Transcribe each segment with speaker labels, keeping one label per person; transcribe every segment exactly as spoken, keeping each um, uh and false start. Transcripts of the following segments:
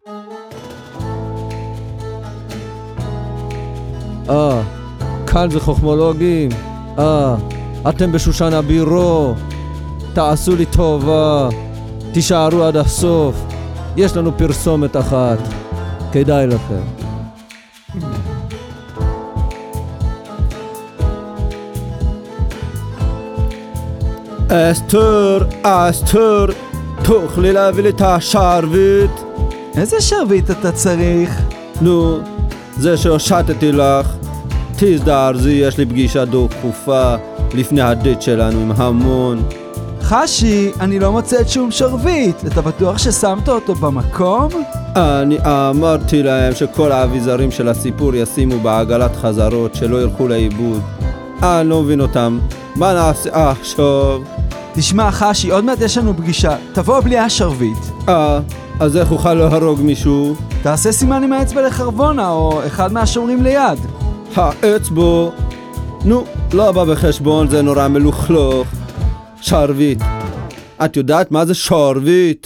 Speaker 1: אה, כאן זה חוכמולוגים. אה, אתם בשושן הבירו. תעשו לי טובה. תישארו עד הסוף. יש לנו פרסומת אחת. כדאי לכם. אסתר, אסתר, תוכלי להביא לי את השרביט?
Speaker 2: איזה שרביט אתה צריך?
Speaker 1: נו, זה שהושטתי לך. תזדרזי, יש לי פגישה דחופה לפני הדייט שלנו עם המון.
Speaker 2: חשי, אני לא מוצאת שום שרביט. אתה בטוח ששמת אותו במקום?
Speaker 1: אני אמרתי להם שכל האביזרים של הסיפור ישימו בעגלת חזרות, שלא ילכו לאיבוד. אני לא מבין אותם. מה נעשה עכשיו?
Speaker 2: תשמע חשי, עוד מעט יש לנו פגישה. תבוא בלי השרביט.
Speaker 1: אה, אז איך אוכל להרוג מישהו?
Speaker 2: תעשה סימן עם האצבע לחרבונה, או אחד מהשומרים ליד.
Speaker 1: האצבע? נו, לא בא בחשבון, זה נורא מלוכלוך. שרביט. את יודעת מה זה שרביט?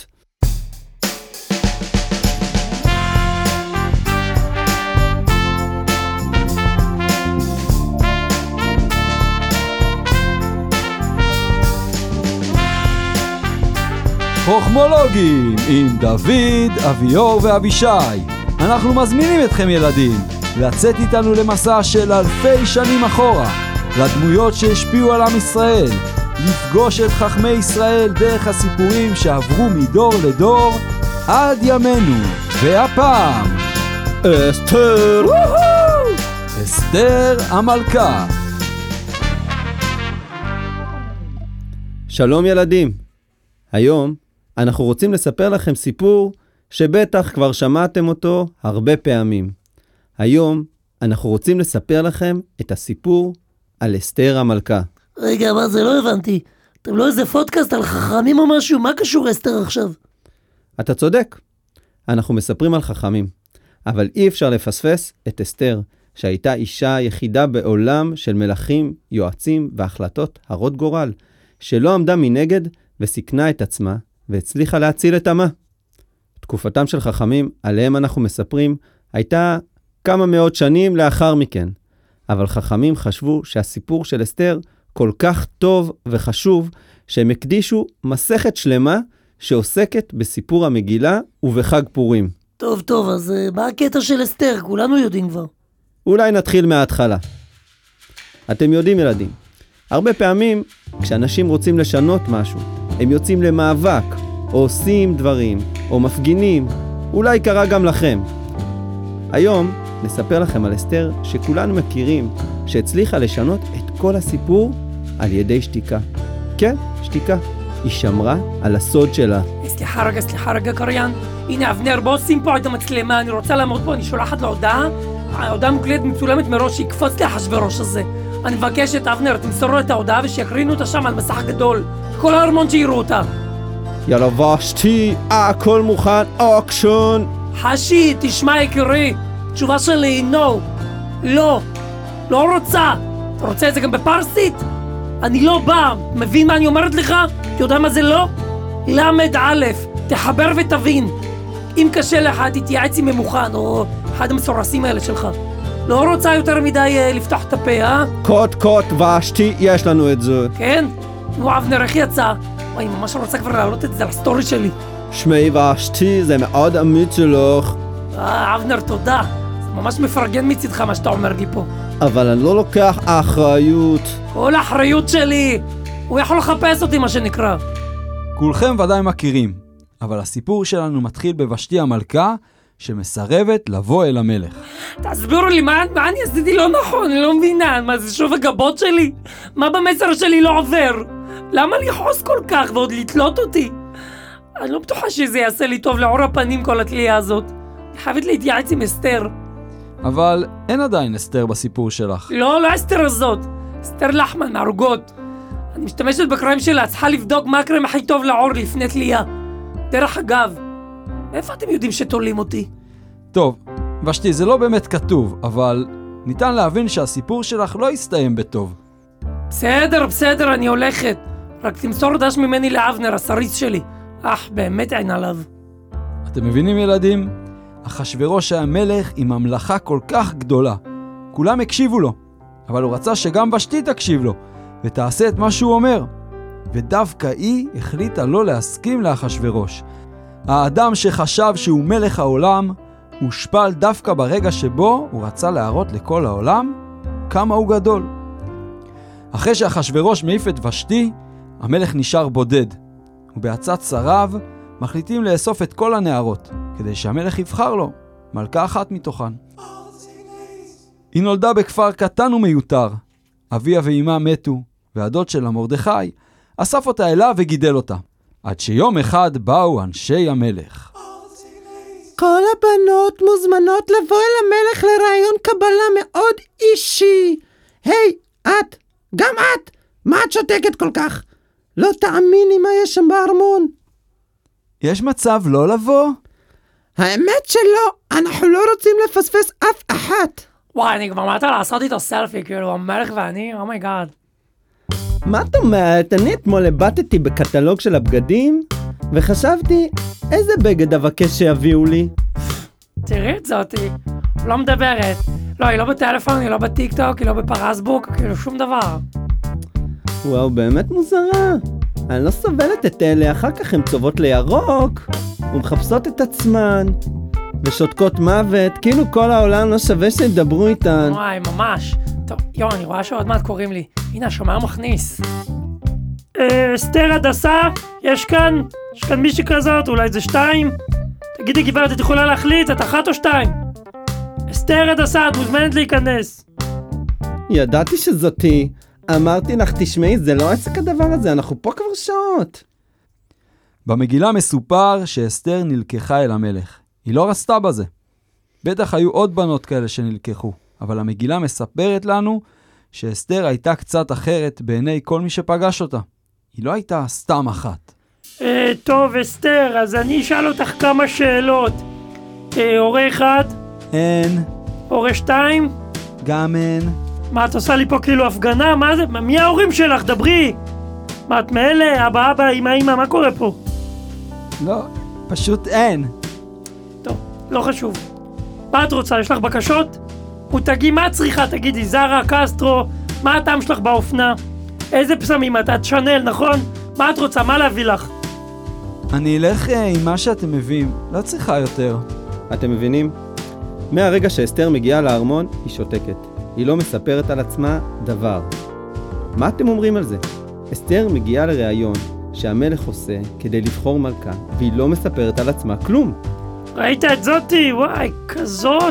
Speaker 2: חוכמולוגים עם דוד, אביור ואבישי. אנחנו מזמינים אתכם ילדים לצאת איתנו למסע של אלפי שנים אחורה, לדמויות שהשפיעו על עם ישראל, לפגוש את חכמי ישראל דרך הסיפורים שעברו מדור לדור עד ימינו. והפעם
Speaker 1: אסתר!
Speaker 2: אסתר המלכה.
Speaker 1: שלום ילדים. היום אנחנו רוצים לספר לכם סיפור שבטח כבר שמעתם אותו הרבה פעמים. היום אנחנו רוצים לספר לכם את הסיפור על אסתר המלכה.
Speaker 3: רגע, מה זה? לא הבנתי. אתם לא איזה פודקאסט על חכמים או משהו? מה קשור אסתר עכשיו?
Speaker 1: אתה צודק. אנחנו מספרים על חכמים. אבל אי אפשר לפספס את אסתר, שהייתה אישה יחידה בעולם של מלכים, יועצים והחלטות הרות גורל, שלא עמדה מנגד וסיכנה את עצמה והצליחה להציל את עמה. תקופתם של חכמים, עליהם אנחנו מספרים, הייתה כמה מאות שנים לאחר מכן. אבל חכמים חשבו שהסיפור של אסתר כל כך טוב וחשוב, שהם הקדישו מסכת שלמה שעוסקת בסיפור המגילה ובחג פורים.
Speaker 3: טוב, טוב, אז uh, מה הקטע של אסתר? כולנו יודעים כבר.
Speaker 1: אולי נתחיל מההתחלה. אתם יודעים ילדים, הרבה פעמים כשאנשים רוצים לשנות משהו, הם יוצאים למאבק, או עושים דברים, או מפגינים. אולי קרה גם לכם. היום נספר לכם על אסתר שכולנו מכירים, שהצליחה לשנות את כל הסיפור על ידי שתיקה. כן, שתיקה. היא שמרה על הסוד שלה.
Speaker 4: סליחה רגע, סליחה רגע קריין. הנה אבנר, בוא שים פה את המצלמה, אני רוצה לעמוד פה, אני שולחת להודעה. ההודעה מוקלטת מצולמת מראש, שיקפוץ לאחשוורוש הזה. אני מבקשת, אבנר, תמסור לו את ההודעה ושיקרינו אותה שם על מסך גדול. כל הארמון שיראו אותה.
Speaker 1: יאללה ושתי, הכל מוכן, אקשן.
Speaker 4: חשי, תשמע יקרי, תשובה שלי, נו. לא, לא רוצה. אתה רוצה את זה גם בפרסית? אני לא בא, מבין מה אני אומרת לך? אתה יודע מה זה לא? למד א', תחבר ותבין. אם קשה לך, תתייעץ עם ממוכן, או אחד המסורסים האלה שלך. לא רוצה יותר מדי uh, לפתוח את הפה, אה?
Speaker 1: קוט קוט ושתי, יש לנו את זה.
Speaker 4: כן? נו אבנר, איך יצא? וואי, ממש רוצה כבר להעלות את זה לסטורי שלי.
Speaker 1: שמי ושתי, זה מאוד אמיץ שלך.
Speaker 4: אה, אבנר, תודה. זה ממש מפרגן מצדך מה שאתה אומר לי פה.
Speaker 1: אבל אני לא לוקח אחריות.
Speaker 4: כל האחריות שלי. הוא יכול לחפש אותי, מה שנקרא.
Speaker 2: כולכם ודאי מכירים, אבל הסיפור שלנו מתחיל בוושתי המלכה, שמסרבת לבוא אל המלך.
Speaker 4: תסבירו לי, מה, מה אני עשיתי לא נכון? אני לא מבינה. מה זה שוב הגבות שלי? מה במסר שלי לא עובר? למה לחוס כל כך ועוד לתלות אותי? אני לא בטוחה שזה יעשה לי טוב לעור הפנים כל התלייה הזאת. אני חייבת להתייעץ עם אסתר.
Speaker 2: אבל אין עדיין אסתר בסיפור שלך.
Speaker 4: לא, לא אסתר הזאת. אסתר לחמן מהרוגות. אני משתמשת בקריים שלה, צריכה לבדוק מה הקריים הכי טוב לעור לפני תלייה. דרך אגב, איפה אתם יודעים שתולים אותי?
Speaker 2: טוב, ושתי, זה לא באמת כתוב, אבל ניתן להבין שהסיפור שלך לא יסתיים בטוב.
Speaker 4: בסדר, בסדר, אני הולכת. רק תמסור דש ממני לאבנר, הסריס שלי. אך, באמת אין עליו.
Speaker 2: אתם מבינים ילדים? אחשוורוש היה מלך עם ממלכה כל כך גדולה. כולם הקשיבו לו, אבל הוא רצה שגם ושתי תקשיב לו, ותעשה את מה שהוא אומר. ודווקא היא החליטה לא להסכים לאחשוורוש. האדם שחשב שהוא מלך העולם, הושפל דווקא ברגע שבו הוא רצה להראות לכל העולם כמה הוא גדול. אחרי שאחשוורוש מעיף את ושתי, המלך נשאר בודד, ובעצת שריו מחליטים לאסוף את כל הנערות, כדי שהמלך יבחר לו מלכה אחת מתוכן. היא נולדה בכפר קטן ומיותר. אביה ואימה מתו, והדוד שלה מרדכי אסף אותה אליו וגידל אותה, עד שיום אחד באו אנשי המלך.
Speaker 1: כל הבנות מוזמנות לבוא אל המלך לרעיון קבלה מאוד אישי. היי, את, גם את, מה את שותקת כל כך? לא תאמיני מה יש שם בארמון.
Speaker 2: יש מצב לא לבוא?
Speaker 1: האמת שלא, אנחנו לא רוצים לפספס אף אחת.
Speaker 4: וואי, אני כבר מתה לעשות איתו סלפי, כאילו, המלך ואני, אומייגאד.
Speaker 1: מה את אומרת? אני אתמול הבטתי בקטלוג של הבגדים, וחשבתי, איזה בגד אבקש שיביאו לי?
Speaker 4: תראי את זאתי, לא מדברת. לא, היא לא בטלפון, היא לא בטיק טוק, היא לא בפרסבוק, כאילו שום דבר.
Speaker 1: וואו, באמת מוזרה. אני לא סובלת את אלה, אחר כך הן צובות לירוק, ומחפשות את עצמן, ושותקות מוות, כאילו כל העולם לא שווה שידברו איתן.
Speaker 4: וואי, ממש. טוב, יו, אני רואה שעוד מעט קוראים לי. הנה, השומר מכניס. אה, אסתר הדסה, יש כאן? יש כאן מישהי כזאת, אולי זה שתיים? תגידי גברת, את יכולה להחליט, את אחת או שתיים? אסתר הדסה, את מוזמנת להיכנס.
Speaker 1: ידעתי שזאתי. אמרתי לך, תשמעי, זה לא עסק הדבר הזה, אנחנו פה כבר שעות.
Speaker 2: במגילה מסופר שאסתר נלקחה אל המלך. היא לא רצתה בזה. בטח היו עוד בנות כאלה שנלקחו, אבל המגילה מספרת לנו שאסתר הייתה קצת אחרת בעיני כל מי שפגש אותה. היא לא הייתה סתם אחת.
Speaker 4: אה, טוב, אסתר, אז אני אשאל אותך כמה שאלות. אה, הורה אחד?
Speaker 2: אין.
Speaker 4: הורה שתיים?
Speaker 2: גם אין.
Speaker 4: מה, את עושה לי פה כאילו הפגנה? מה זה? מי ההורים שלך? דברי! מה, את מאלה? אבא, אבא, אמא, אמא, מה קורה פה?
Speaker 2: לא, פשוט אין.
Speaker 4: טוב, לא חשוב. מה את רוצה? יש לך בקשות? מותגים, מה את צריכה? תגידי, זרה, קסטרו, מה הטעם שלך באופנה? איזה פסמים את? את שנל, נכון? מה את רוצה? מה להביא לך?
Speaker 2: אני אלך אה, עם מה שאתם מביאים, לא צריכה יותר.
Speaker 1: אתם מבינים? מהרגע שאסתר מגיעה לארמון, היא שותקת. היא לא מספרת על עצמה דבר. מה אתם אומרים על זה? אסתר מגיעה לראיון שהמלך עושה כדי לבחור מלכה, והיא לא מספרת על עצמה כלום.
Speaker 4: ראית את זאתי? וואי, כזאת.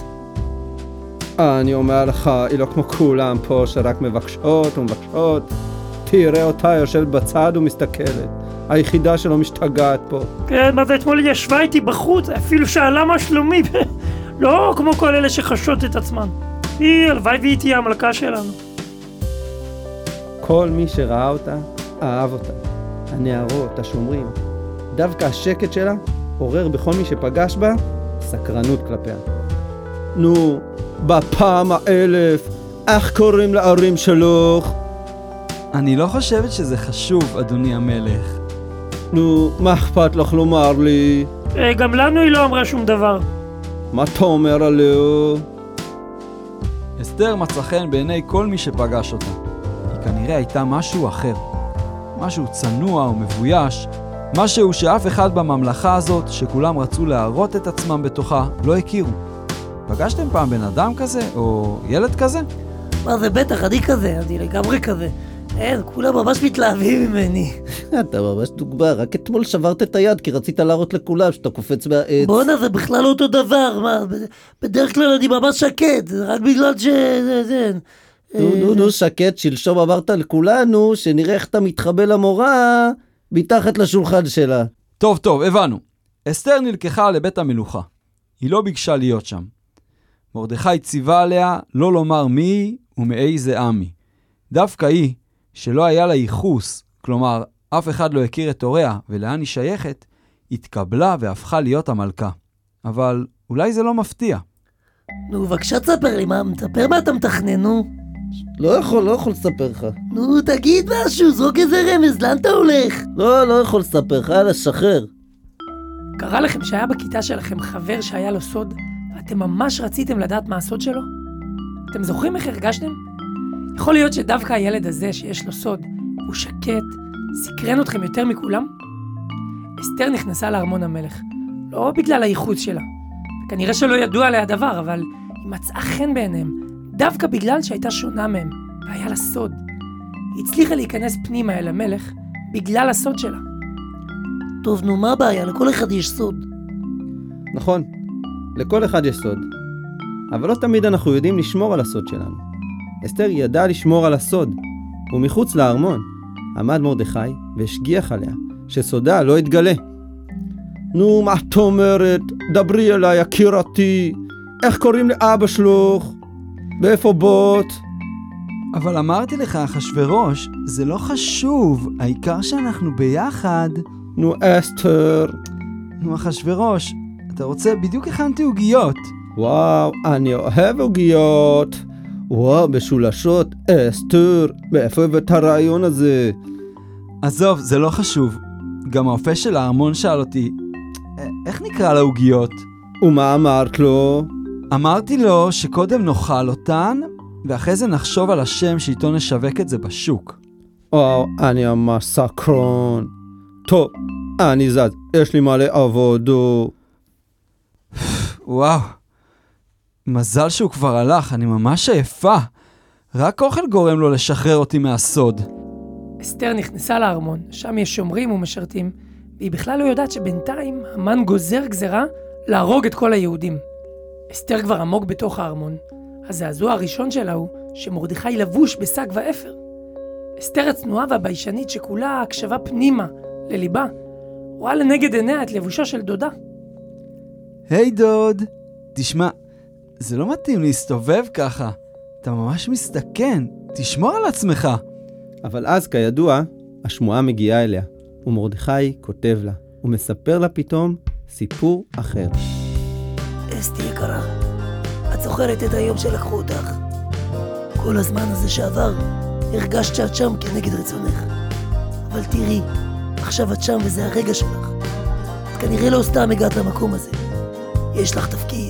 Speaker 1: אה, אני אומר לך, היא לא כמו כולם פה שרק מבקשות ומבקשות. תראה אותה יושבת בצד ומסתכלת. היחידה שלא משתגעת פה.
Speaker 4: כן, מה זה אתמול היא ישבה איתי בחוץ, אפילו שאלה מה שלומי. לא כמו כל אלה שחשות את עצמן. היא, הלוואי והיא תהיה המלכה שלנו.
Speaker 1: כל מי שראה אותה, אהב אותה. הנערות, השומרים. דווקא השקט שלה עורר בכל מי שפגש בה סקרנות כלפיה. נו, בפעם האלף, איך קוראים לערים שלך?
Speaker 2: אני לא חושבת שזה חשוב, אדוני המלך.
Speaker 1: נו, מה אכפת לך לומר לי?
Speaker 4: אה, גם לנו היא לא אמרה שום דבר.
Speaker 1: מה אתה אומר עליה?
Speaker 2: אסתר מצא חן בעיני כל מי שפגש אותה. היא כנראה הייתה משהו אחר. משהו צנוע ומבויש. משהו שאף אחד בממלכה הזאת, שכולם רצו להראות את עצמם בתוכה, לא הכירו. פגשתם פעם בן אדם כזה? או ילד כזה?
Speaker 3: מה זה בטח, אני כזה, אני לגמרי כזה. אין, כולם ממש מתלהבים ממני.
Speaker 1: אתה ממש דוגמה, רק אתמול שברת את היד כי רצית להראות לכולם שאתה קופץ מהעץ.
Speaker 3: בואנה, זה בכלל לא אותו דבר, מה? בדרך כלל אני ממש שקט, זה רק בגלל ש... זה...
Speaker 1: נו, נו, נו, שקט, שלשום אמרת לכולנו שנראה איך אתה מתחבא למורה מתחת לשולחן שלה.
Speaker 2: טוב, טוב, הבנו. אסתר נלקחה לבית המלוכה. היא לא ביקשה להיות שם. מרדכי ציווה עליה לא לומר מי היא ומאיזה עם היא. דווקא היא, שלא היה לה ייחוס, כלומר, אף אחד לא הכיר את הוריה ולאן היא שייכת, התקבלה והפכה להיות המלכה. אבל אולי זה לא מפתיע.
Speaker 3: נו, בבקשה תספר לי, מה, תספר מה אתה מתכנן, נו.
Speaker 1: לא יכול, לא יכול לספר לך.
Speaker 3: נו, תגיד משהו, זרוק איזה רמז, לאן אתה הולך?
Speaker 1: לא, לא יכול לספר לך, יאללה, שחרר.
Speaker 4: קרה לכם שהיה בכיתה שלכם חבר שהיה לו סוד, ואתם ממש רציתם לדעת מה הסוד שלו? אתם זוכרים איך הרגשתם? יכול להיות שדווקא הילד הזה שיש לו סוד, הוא שקט, סקרן אתכם יותר מכולם? אסתר נכנסה לארמון המלך, לא בגלל הייחוס שלה. כנראה שלא ידוע עליה דבר, אבל היא מצאה חן בעיניהם, דווקא בגלל שהייתה שונה מהם, והיה לה סוד. היא הצליחה להיכנס פנימה אל המלך, בגלל הסוד שלה.
Speaker 3: טוב, נו, מה הבעיה? לכל אחד יש סוד.
Speaker 1: נכון, לכל אחד יש סוד. אבל לא תמיד אנחנו יודעים לשמור על הסוד שלנו. אסתר ידעה לשמור על הסוד, ומחוץ לארמון עמד מרדכי והשגיח עליה, שסודה לא יתגלה. נו, מה את אומרת? דברי אליי, יקירתי. איך קוראים לאבא שלך? ואיפה בוט?
Speaker 2: אבל אמרתי לך, אחשוורוש, זה לא חשוב, העיקר שאנחנו ביחד.
Speaker 1: נו, אסתר.
Speaker 2: נו, אחשוורוש, אתה רוצה? בדיוק הכנתי עוגיות.
Speaker 1: וואו, אני אוהב עוגיות. וואו, משולשות, אסתר. מאיפה הבאת הרעיון הזה?
Speaker 2: עזוב, זה לא חשוב. גם האופה של הארמון שאל אותי, איך נקרא לעוגיות?
Speaker 1: ומה אמרת לו?
Speaker 2: אמרתי לו שקודם נאכל אותן, ואחרי זה נחשוב על השם שאיתו נשווק את זה בשוק.
Speaker 1: וואו, אני ממש סקרון. טוב, אני זז, יש לי מלא עבודו.
Speaker 2: וואו, מזל שהוא כבר הלך, אני ממש עייפה. רק אוכל גורם לו לשחרר אותי מהסוד.
Speaker 4: אסתר נכנסה לארמון, שם יש שומרים ומשרתים, והיא בכלל לא יודעת שבינתיים המן גוזר גזרה להרוג את כל היהודים. אסתר כבר עמוק בתוך הארמון. הזעזוע הראשון שלה הוא שמרדכי לבוש בשק ואפר. אסתר הצנועה והביישנית שכולה הקשבה פנימה, לליבה, רואה לנגד עיניה את לבושו של דודה.
Speaker 2: היי דוד, תשמע, זה לא מתאים להסתובב ככה. אתה ממש מסתכן, תשמור על עצמך.
Speaker 1: אבל אז, כידוע, השמועה מגיעה אליה, ומרדכי כותב לה, ומספר לה פתאום סיפור אחר.
Speaker 3: אסתי יקרה, את זוכרת את היום שלקחו אותך? כל הזמן הזה שעבר, הרגשת שאת שם כנגד רצונך. אבל תראי, עכשיו את שם וזה הרגע שלך. את כנראה לא סתם הגעת למקום הזה. יש לך תפקיד.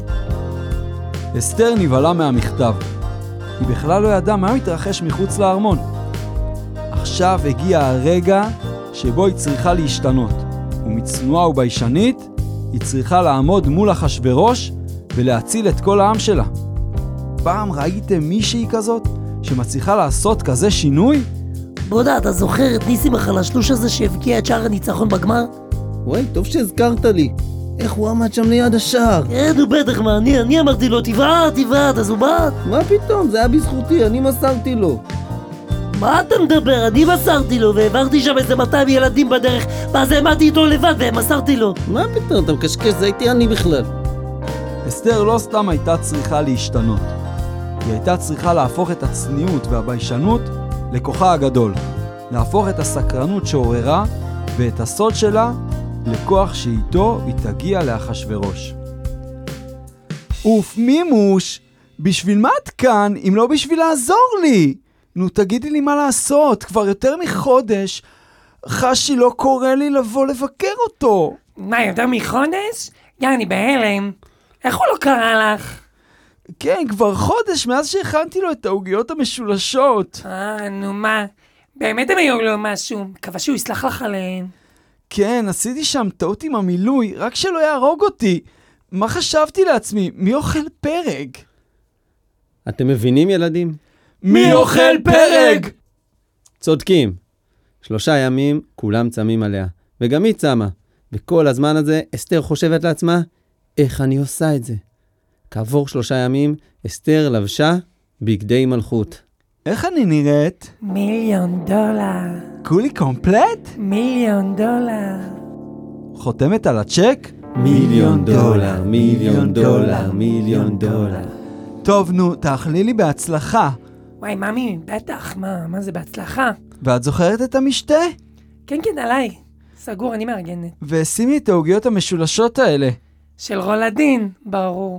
Speaker 2: אסתר נבהלה מהמכתב. היא בכלל לא ידעה מה מתרחש מחוץ לארמון. עכשיו הגיע הרגע שבו היא צריכה להשתנות, ומצנועה וביישנית היא צריכה לעמוד מול אחשוורוש ולהציל את כל העם שלה. פעם ראיתם מישהי כזאת שמצליחה לעשות כזה שינוי?
Speaker 3: בודה, אתה זוכר את ניסים החלשלוש הזה שהבקיע את שער הניצחון בגמר?
Speaker 1: וואי, טוב שהזכרת לי. איך הוא עמד שם ליד השער?
Speaker 3: כן, הוא בטח, מה, אני, אני אמרתי לו, תבעט, תבעט, אז הוא בעט.
Speaker 1: מה פתאום? זה היה בזכותי, אני מסרתי לו.
Speaker 3: מה אתה מדבר? אני מסרתי לו, והעברתי שם איזה מאתיים ילדים בדרך, ואז העמדתי איתו לבד ומסרתי לו.
Speaker 1: מה פתאום? אתה מקשקש, זה הייתי אני בכלל.
Speaker 2: אסתר לא סתם הייתה צריכה להשתנות. היא הייתה צריכה להפוך את הצניעות והביישנות לכוחה הגדול. להפוך את הסקרנות שעוררה ואת הסוד שלה לכוח שאיתו היא תגיע לאחשוורוש. אוף, מימוש, בשביל מה את כאן אם לא בשביל לעזור לי? נו, תגידי לי מה לעשות, כבר יותר מחודש חשי לא קורא לי לבוא לבקר אותו.
Speaker 4: מה, יותר מחודש? יא, אני בהלם. איך הוא לא קרא לך?
Speaker 2: כן, כבר חודש מאז שהכנתי לו את העוגיות המשולשות.
Speaker 4: אה, נו מה, באמת הם היו לו משהו, מקווה שהוא יסלח לך עליהן.
Speaker 2: כן, עשיתי שם טעות עם המילוי, רק שלא יהרוג אותי. מה חשבתי לעצמי? מי אוכל פרג?
Speaker 1: אתם מבינים, ילדים?
Speaker 2: מי אוכל פרג?
Speaker 1: צודקים. שלושה ימים כולם צמים עליה, וגם היא צמה. וכל הזמן הזה אסתר חושבת לעצמה, איך אני עושה את זה? כעבור שלושה ימים, אסתר לבשה בגדי מלכות.
Speaker 2: איך אני נראית?
Speaker 4: מיליון דולר.
Speaker 2: כולי קומפלט?
Speaker 4: מיליון דולר.
Speaker 2: חותמת על הצ'ק?
Speaker 1: מיליון דולר, מיליון דולר, מיליון דולר.
Speaker 2: טוב, נו, תאכלי לי בהצלחה.
Speaker 4: וואי, ממי, בטח, מה, מה זה בהצלחה?
Speaker 2: ואת זוכרת את המשתה?
Speaker 4: כן, כן, עליי. סגור, אני מארגנת.
Speaker 2: ושימי את העוגיות המשולשות האלה.
Speaker 4: של רולדין, ברור.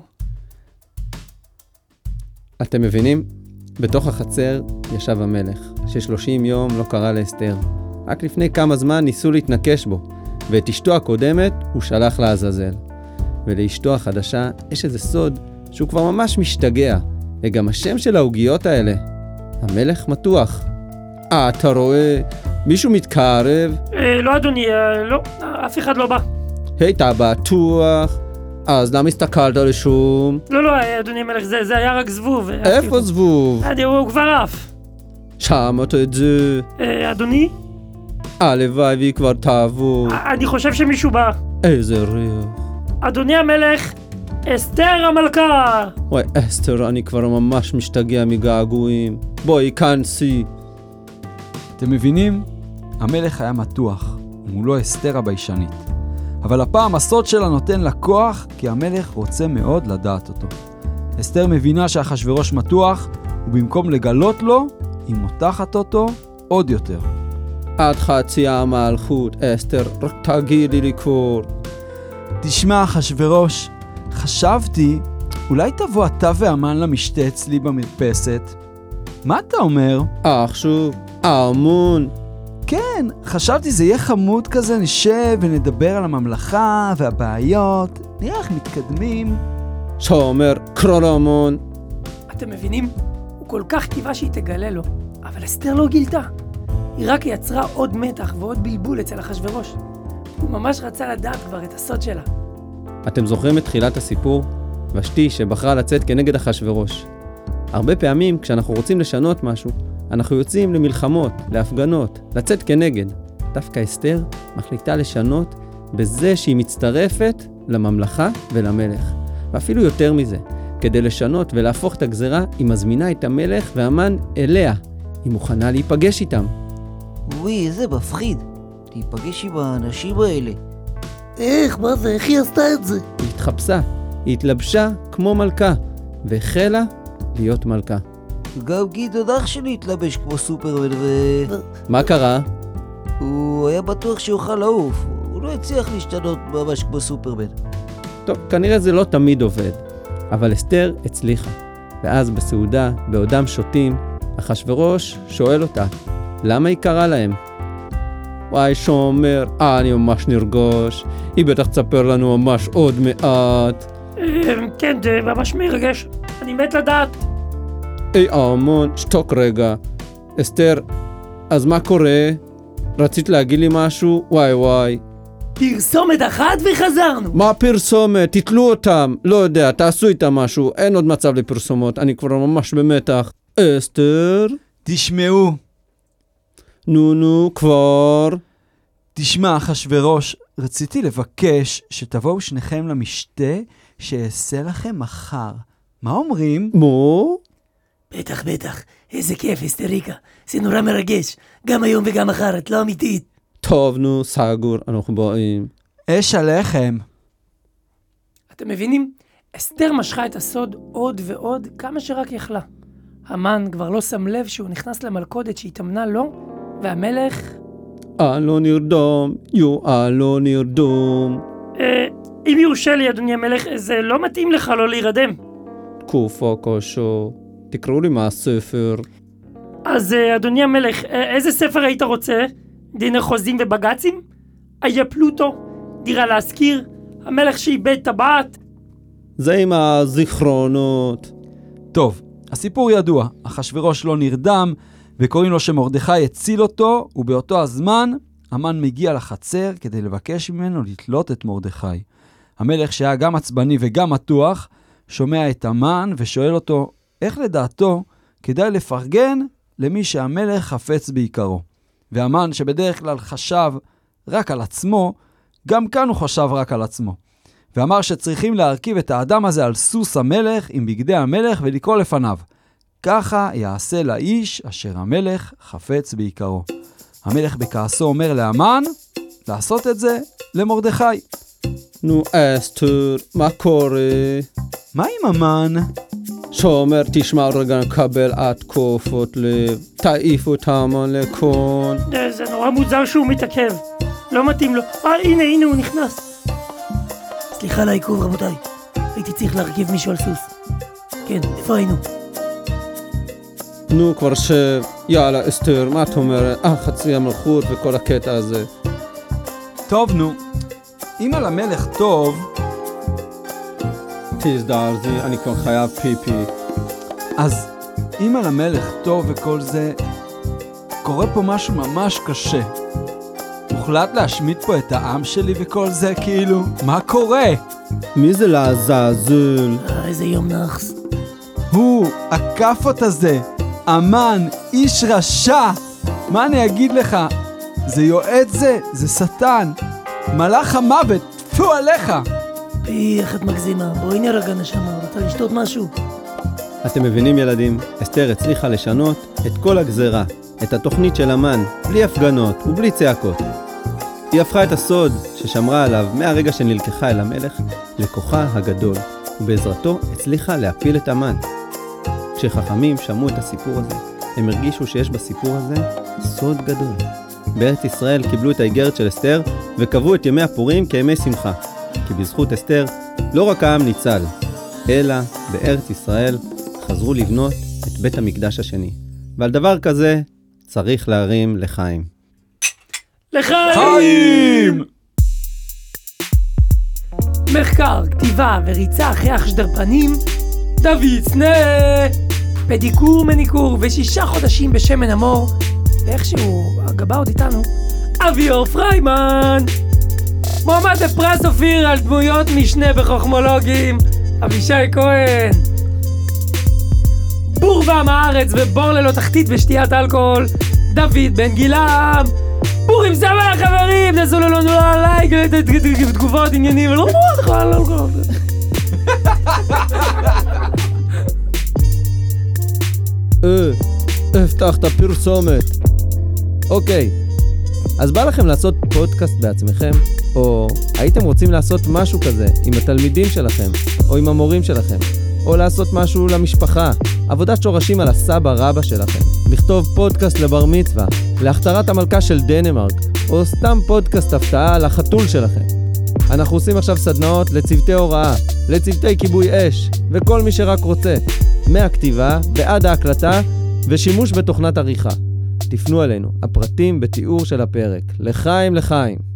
Speaker 1: אתם מבינים? בתוך החצר ישב המלך, ששלושים יום לא קרא לאסתר. רק לפני כמה זמן ניסו להתנקש בו, ואת אשתו הקודמת הוא שלח לעזאזל. ולאשתו החדשה יש איזה סוד שהוא כבר ממש משתגע, וגם השם של העוגיות האלה, המלך מתוח. אה, אתה רואה? מישהו מתקרב?
Speaker 4: אה, לא אדוני, אה, לא, אף אחד לא בא.
Speaker 1: היי, אתה בטוח? אז למה הסתכלת לשום?
Speaker 4: לא, לא, אדוני המלך, זה, זה היה רק זבוב.
Speaker 1: איפה זבוב?
Speaker 4: אה, הוא כבר עף.
Speaker 1: שמעת את זה?
Speaker 4: אה, אדוני?
Speaker 1: הלוואי והיא כבר תעבור.
Speaker 4: אה, אני חושב שמישהו בא.
Speaker 1: איזה ריח.
Speaker 4: אדוני המלך, אסתר המלכה!
Speaker 1: וואי, אסתר, אני כבר ממש משתגע מגעגועים. בואי, כנסי.
Speaker 2: אתם מבינים? המלך היה מתוח, מולו אסתר הביישנית. אבל הפעם הסוד שלה נותן לה כוח, כי המלך רוצה מאוד לדעת אותו. אסתר מבינה שאחשוורוש מתוח, ובמקום לגלות לו, היא מותחת אותו עוד יותר.
Speaker 1: עד חצי המלכות, אסתר, רק תגידי לי כבר.
Speaker 2: תשמע, אחשוורוש, חשבתי, אולי תבוא אתה והמן למשתה אצלי במרפסת? מה אתה אומר?
Speaker 1: אך שוב, המון.
Speaker 2: כן, חשבתי זה יהיה חמוד כזה, נשב ונדבר על הממלכה והבעיות, נראה איך מתקדמים.
Speaker 1: שומר קרולמון.
Speaker 4: אתם מבינים? הוא כל כך קיווה שהיא תגלה לו, אבל אסתר לא גילתה. היא רק יצרה עוד מתח ועוד בלבול אצל אחשוורוש. הוא ממש רצה לדעת כבר את הסוד שלה.
Speaker 1: אתם זוכרים את תחילת הסיפור? ושתי שבחרה לצאת כנגד אחשוורוש. הרבה פעמים כשאנחנו רוצים לשנות משהו, אנחנו יוצאים למלחמות, להפגנות, לצאת כנגד. דווקא אסתר מחליטה לשנות בזה שהיא מצטרפת לממלכה ולמלך. ואפילו יותר מזה, כדי לשנות ולהפוך את הגזרה, היא מזמינה את המלך והמן אליה. היא מוכנה להיפגש איתם.
Speaker 3: וואי, איזה מפחיד. להיפגש עם האנשים האלה. איך? מה זה? איך היא עשתה את זה?
Speaker 1: היא התחפשה, היא התלבשה כמו מלכה, והחלה להיות מלכה.
Speaker 3: גם גדעון אח שלי התלבש כמו סופרמן ו...
Speaker 1: מה קרה?
Speaker 3: הוא היה בטוח שיוכל לעוף. הוא לא הצליח להשתנות ממש כמו סופרמן.
Speaker 1: טוב, כנראה זה לא תמיד עובד. אבל אסתר הצליחה. ואז בסעודה, בעודם שותים, אחשוורוש שואל אותה, למה היא קראה להם? וואי, שומר, אה, אני ממש נרגש. היא בטח תספר לנו ממש עוד מעט.
Speaker 4: כן, זה ממש מרגש. אני מת לדעת.
Speaker 1: היי, המון, שתוק רגע. אסתר, אז מה קורה? רצית להגיד לי משהו? וואי וואי.
Speaker 4: פרסומת אחת וחזרנו.
Speaker 1: מה פרסומת? תתלו אותם. לא יודע, תעשו איתם משהו. אין עוד מצב לפרסומות. אני כבר ממש במתח. אסתר?
Speaker 2: תשמעו.
Speaker 1: נו נו, כבר.
Speaker 2: תשמע, אחשוורוש, רציתי לבקש שתבואו שניכם למשתה שאעשה לכם מחר. מה אומרים?
Speaker 1: מו?
Speaker 3: בטח, בטח. איזה כיף, אסתריקה. זה נורא מרגש. גם היום וגם מחר, את לא אמיתית.
Speaker 1: טוב, נו, סגור, אנחנו באים.
Speaker 2: אש עליכם.
Speaker 4: אתם מבינים? אסתר משכה את הסוד עוד ועוד כמה שרק יכלה. המן כבר לא שם לב שהוא נכנס למלכודת שהתאמנה לו, והמלך...
Speaker 1: אלו נרדום, יו אלו נרדום.
Speaker 4: אה, אם יורשה לי, אדוני המלך, זה לא מתאים לך לא להירדם.
Speaker 1: תקופה קשה. תקראו לי מהספר.
Speaker 4: אז אדוני המלך, איזה ספר היית רוצה? דיני חוזים ובגצים? איה פלוטו? דירה להזכיר? המלך שאיבד טבעת?
Speaker 1: זה עם הזיכרונות.
Speaker 2: טוב, הסיפור ידוע. אחשוורוש לא נרדם, וקוראים לו שמרדכי הציל אותו, ובאותו הזמן המן מגיע לחצר כדי לבקש ממנו לתלות את מרדכי. המלך שהיה גם עצבני וגם מתוח, שומע את המן ושואל אותו, איך לדעתו כדאי לפרגן למי שהמלך חפץ בעיקרו. והמן שבדרך כלל חשב רק על עצמו, גם כאן הוא חשב רק על עצמו. ואמר שצריכים להרכיב את האדם הזה על סוס המלך עם בגדי המלך ולקרוא לפניו. ככה יעשה לאיש אשר המלך חפץ בעיקרו. המלך בכעסו אומר להמן לעשות את זה למרדכי.
Speaker 1: נו אסתר, מה קורה?
Speaker 2: מה עם המן?
Speaker 1: שומר, תשמע רגע, נקבל התקופות לב. תעיפו את המן לקון.
Speaker 4: זה נורא מוזר שהוא מתעכב. לא מתאים לו. אה, הנה, הנה, הוא נכנס.
Speaker 3: סליחה על העיכוב, רבותיי. הייתי צריך להרכיב מישהו על סוס. כן, איפה היינו?
Speaker 1: נו, כבר שב. יאללה, אסתר, מה את אומרת? אה, חצי המלכות וכל הקטע הזה.
Speaker 2: טוב, נו. אם על המלך טוב,
Speaker 1: תזדער, אני כבר חייב פיפי.
Speaker 2: אז אם על המלך טוב וכל זה, קורה פה משהו ממש קשה. מוחלט להשמיד פה את העם שלי וכל זה, כאילו, מה קורה?
Speaker 1: מי זה לעזאזל?
Speaker 3: אה, איזה יום נחס.
Speaker 2: הוא, הכפות הזה, אמן, איש רשע. מה אני אגיד לך? זה יועץ זה, זה שטן. מלאך המוות, תפו עליך.
Speaker 3: פי, איך את מגזימה. בואי נרגע נשמה, רוצה לשתות משהו?
Speaker 1: אתם מבינים ילדים, אסתר הצליחה לשנות את כל הגזרה, את התוכנית של המן, בלי הפגנות ובלי צעקות. היא הפכה את הסוד ששמרה עליו מהרגע שנלקחה אל המלך לכוחה הגדול, ובעזרתו הצליחה להפיל את המן. כשחכמים שמעו את הסיפור הזה, הם הרגישו שיש בסיפור הזה סוד גדול. בארץ ישראל קיבלו את האיגרת של אסתר וקבעו את ימי הפורים כימי שמחה, כי בזכות אסתר לא רק העם ניצל, אלא בארץ ישראל חזרו לבנות את בית המקדש השני. ועל דבר כזה צריך להרים לחיים.
Speaker 4: לחיים!
Speaker 2: חיים!
Speaker 4: מחקר, כתיבה וריצה אחרי החשדרפנים, דוד סנה! פדיקור מניקור ושישה חודשים בשמן המור, ואיכשהו הגבה עוד איתנו, אביאור פריימן! מועמד לפרס אופיר על דמויות משנה בחוכמולוגים, אבישי כהן! בור ועם הארץ ובור ללא תחתית ושתיית אלכוהול, דוד בן גילם! בורים שמח חברים, נסו לנו לייק, תגובות, עניינים, ולא מאוד בכלל, לא כל זה.
Speaker 1: אה, הבטחת פרסומת. אוקיי, אז בא לכם לעשות פודקאסט בעצמכם, או הייתם רוצים לעשות משהו כזה עם התלמידים שלכם, או עם המורים שלכם, או לעשות משהו למשפחה, עבודת שורשים על הסבא רבא שלכם, לכתוב פודקאסט לבר מצווה, להכתרת המלכה של דנמרק, או סתם פודקאסט הפתעה לחתול שלכם. אנחנו עושים עכשיו סדנאות לצוותי הוראה, לצוותי כיבוי אש, וכל מי שרק רוצה, מהכתיבה ועד ההקלטה ושימוש בתוכנת עריכה. תפנו אלינו, הפרטים בתיאור של הפרק. לחיים לחיים.